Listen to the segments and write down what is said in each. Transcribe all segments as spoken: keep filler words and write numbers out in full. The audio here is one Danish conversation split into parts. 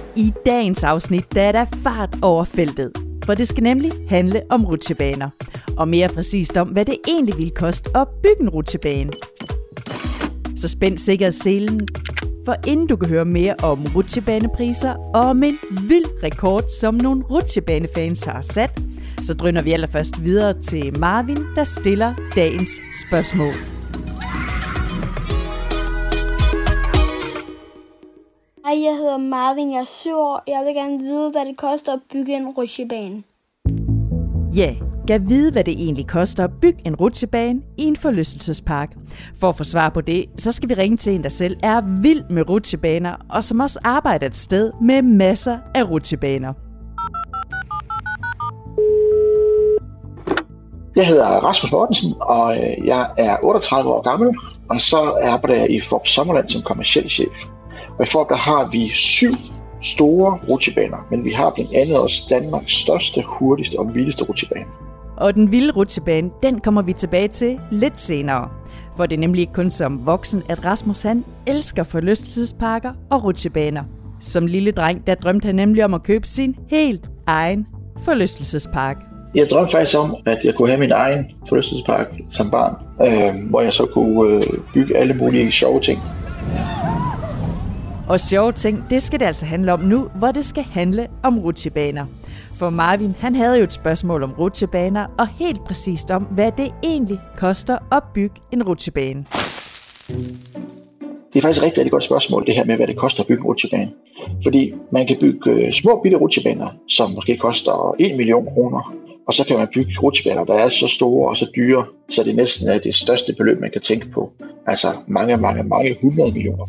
I dagens afsnit, der er der fart over feltet. For det skal nemlig handle om rutsjebaner. Og mere præcist om, hvad det egentlig vil koste at bygge en rutsjebane. Så spænd sikkerhedsselen, for inden du kan høre mere om rutsjebanepriser og om en vild rekord, som nogle rutsjebanefans har sat, så drøner vi allerførst videre til Marvin, der stiller dagens spørgsmål. Hej, jeg hedder Marvin, jeg er syv år. Jeg vil gerne vide, hvad det koster at bygge en rutsjebane. Ja, kan vide, hvad det egentlig koster at bygge en rutsjebane i en forlystelsespark. For at få svar på det, så skal vi ringe til en, der selv er vild med rutsjebaner, og som også arbejder et sted med masser af rutsjebaner. Jeg hedder Rasmus Mortensen, og jeg er otteogtredive år gammel, og så arbejder jeg i Forbes Sommerland som kommerciel chef. Og i Forbes der har vi syv store rutsjebaner, men vi har blandt andet også Danmarks største, hurtigste og vildeste rutsjebane. Og den vilde rutsjebane, den kommer vi tilbage til lidt senere. For det er nemlig ikke kun som voksen, at Rasmus han elsker forlystelsesparker og rutsjebaner. Som lille dreng, der drømte han nemlig om at købe sin helt egen forlystelsespark. Jeg drømte faktisk om, at jeg kunne have min egen forlystelsespark som barn, øh, hvor jeg så kunne øh, bygge alle mulige sjove ting. Og sjove ting, det skal det altså handle om nu, hvor det skal handle om rutsjebaner. For Marvin, han havde jo et spørgsmål om rutsjebaner, og helt præcist om, hvad det egentlig koster at bygge en rutsjebane. Det er faktisk et rigtig, rigtig godt spørgsmål, det her med, hvad det koster at bygge en rutsjebane. Fordi man kan bygge små bitte rutsjebaner, som måske koster en million kroner. Og så kan man bygge rutsjebaner, der er så store og så dyre, så det næsten er det største beløb, man kan tænke på. Altså mange, mange, mange hundrede millioner.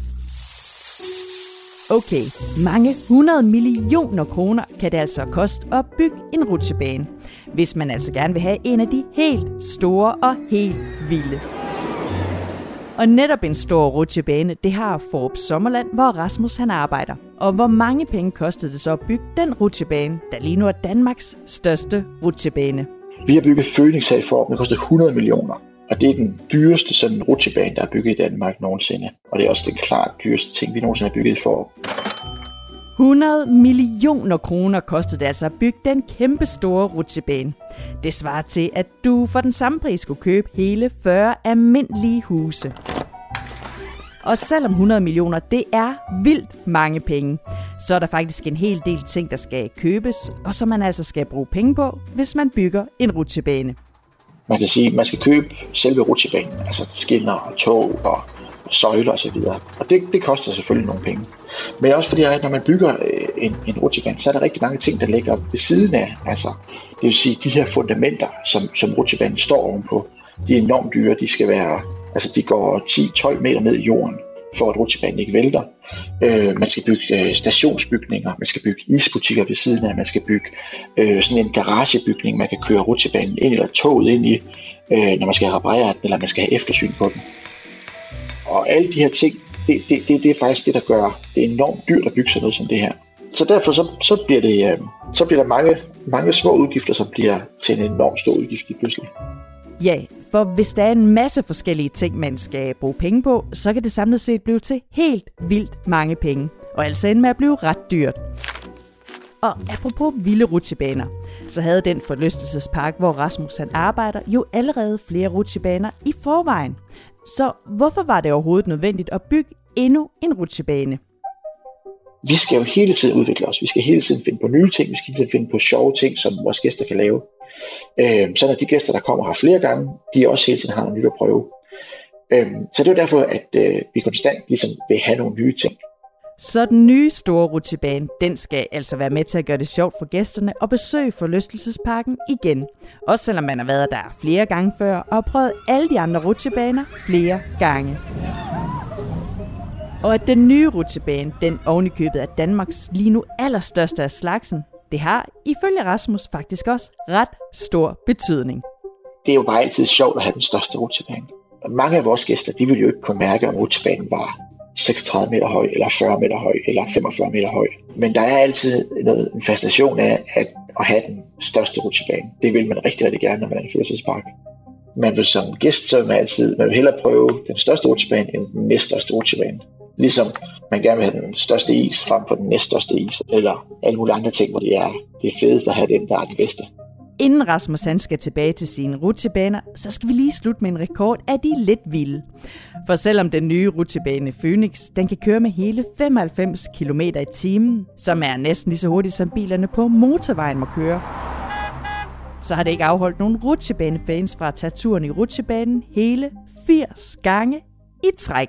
Okay, mange hundrede millioner kroner kan det altså koste at bygge en rutsjebane, hvis man altså gerne vil have en af de helt store og helt vilde. Og netop en stor rutsjebane, det har Forbes Sommerland, hvor Rasmus han arbejder. Og hvor mange penge kostede det så at bygge den rutsjebane, der lige nu er Danmarks største rutsjebane? Vi har bygget Phoenix her i Forbes, det koster hundrede millioner. Og det er den dyreste sådan rutsjebane, der er bygget i Danmark nogensinde. Og det er også den klart dyreste ting, vi nogensinde har bygget i Forbes. hundrede millioner kroner kostede det altså at bygge den kæmpe store rutsjebane. Det svarer til, at du for den samme pris skulle købe hele fyrre almindelige huse. Og selvom hundrede millioner, det er vildt mange penge, så er der faktisk en hel del ting, der skal købes, og som man altså skal bruge penge på, hvis man bygger en rutsjebane. Man kan sige, at man skal købe selve rutsjebanen, altså skinner og tog og søjler osv. Og det, det koster selvfølgelig nogle penge. Men også fordi, at når man bygger en, en rutsjebane, så er der rigtig mange ting, der ligger ved siden af. Altså, det vil sige, de her fundamenter, som, som rutsjebanen står ovenpå, de er enormt dyre. De skal være, altså de går ti til tolv meter ned i jorden, for at rutsjebanen ikke vælter. Øh, man skal bygge øh, stationsbygninger, man skal bygge isbutikker ved siden af, man skal bygge øh, sådan en garagebygning, man kan køre rutsjebanen ind eller toget ind i, øh, når man skal reparere den, eller man skal have eftersyn på den. Og alle de her ting, det, det, det, det er faktisk det, der gør det enormt dyrt at bygge sådan noget som det her. Så derfor så, så bliver, det, øh, så bliver der mange, mange små udgifter, som bliver til en enormt stor udgift lige pludselig. Ja, for hvis der er en masse forskellige ting, man skal bruge penge på, så kan det samlet set blive til helt vildt mange penge. Og altså ende med at blive ret dyrt. Og apropos vilde rutsjebaner, så havde den forlystelsespark, hvor Rasmus han arbejder, jo allerede flere rutsjebaner i forvejen. Så hvorfor var det overhovedet nødvendigt at bygge endnu en rutsjebane? Vi skal jo hele tiden udvikle os. Vi skal hele tiden finde på nye ting. Vi skal hele tiden finde på sjove ting, som vores gæster kan lave. Øh, sådan at de gæster, der kommer her flere gange, de også hele tiden har noget nyt at prøve. Øh, så det er derfor, at øh, vi konstant ligesom vil have nogle nye ting. Så den nye store rutsjebane, den skal altså være med til at gøre det sjovt for gæsterne at besøge forlystelsesparken igen. Også selvom man har været der flere gange før og har prøvet alle de andre rutsjebaner flere gange. Og at den nye rutsjebane, den ovenikøbet af Danmarks lige nu allerstørste af slagsen, det har ifølge Rasmus faktisk også ret stor betydning. Det er jo bare altid sjovt at have den største rutsjebane. Mange af vores gæster, de vil jo ikke kunne mærke, om rutsjebanen var seksogtredive meter høj, eller fyrre meter høj, eller femogfyrre meter høj. Men der er altid noget, en fascination af at, at have den største rutsjebane. Det vil man rigtig, rigtig gerne, når man er i en forlystelsespark. Man vil som gæst, så man altid, man vil hellere prøve den største rutsjebane end den næststørste rutsjebane. Ligesom man gerne vil have den største is frem for den næststørste is, eller alle mulige andre ting, hvor det er det er fedest at have den, der er den bedste. Inden Rasmus han skal tilbage til sine rutsjebaner, så skal vi lige slutte med en rekord af de lidt vilde. For selvom den nye rutsjebane Phoenix, den kan køre med hele femoghalvfems kilometer i timen, som er næsten lige så hurtigt som bilerne på motorvejen må køre, så har det ikke afholdt nogen rutsjebanefans fra at tage turen i rutsjebanen hele firs gange i træk.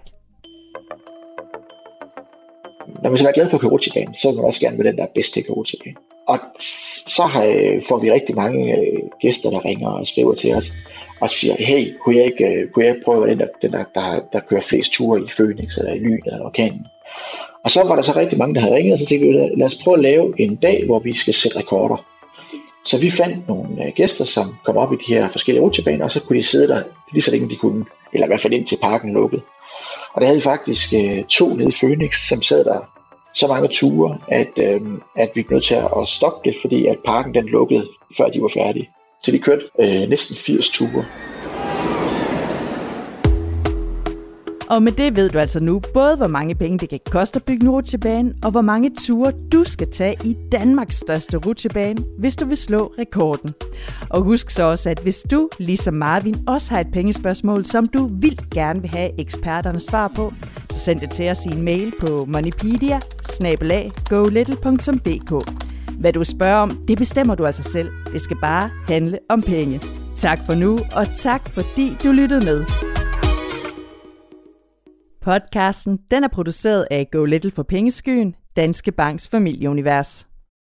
Når man skal være glad for at køre rutsjebanen, så vil man også gerne være den, der er bedst til at køre rutsjebanen. Og så får vi rigtig mange gæster, der ringer og skriver til os og siger, hey, kunne jeg ikke kunne jeg prøve den, der, den der, der, der kører flest ture i Phoenix eller i Lyn eller Orkanen. Og så var der så rigtig mange, der havde ringet, og så tænkte vi, lad os prøve at lave en dag, hvor vi skal sætte rekorder. Så vi fandt nogle gæster, som kom op i de her forskellige rutsjebaner, og så kunne de sidde der lige så længe de kunne, eller i hvert fald indtil parken lukkede. Og der havde vi faktisk øh, to nede i Phoenix, som sad der så mange ture, at, øh, at vi blev nødt til at stoppe det, fordi at parken den lukkede, før de var færdige. Så de kørte øh, næsten firs ture. Og med det ved du altså nu både, hvor mange penge det kan koste at bygge en rutsjebane, og hvor mange ture du skal tage i Danmarks største rutsjebane, hvis du vil slå rekorden. Og husk så også, at hvis du, ligesom Marvin, også har et pengespørgsmål, som du vildt gerne vil have eksperternes svar på, så send det til os i en mail på moneypedia bindestreg go little punktum d k. Hvad du spørger om, det bestemmer du altså selv. Det skal bare handle om penge. Tak for nu, og tak fordi du lyttede med. Podcasten den er produceret af Go Little for Pengeskyen, Danske Banks familieunivers.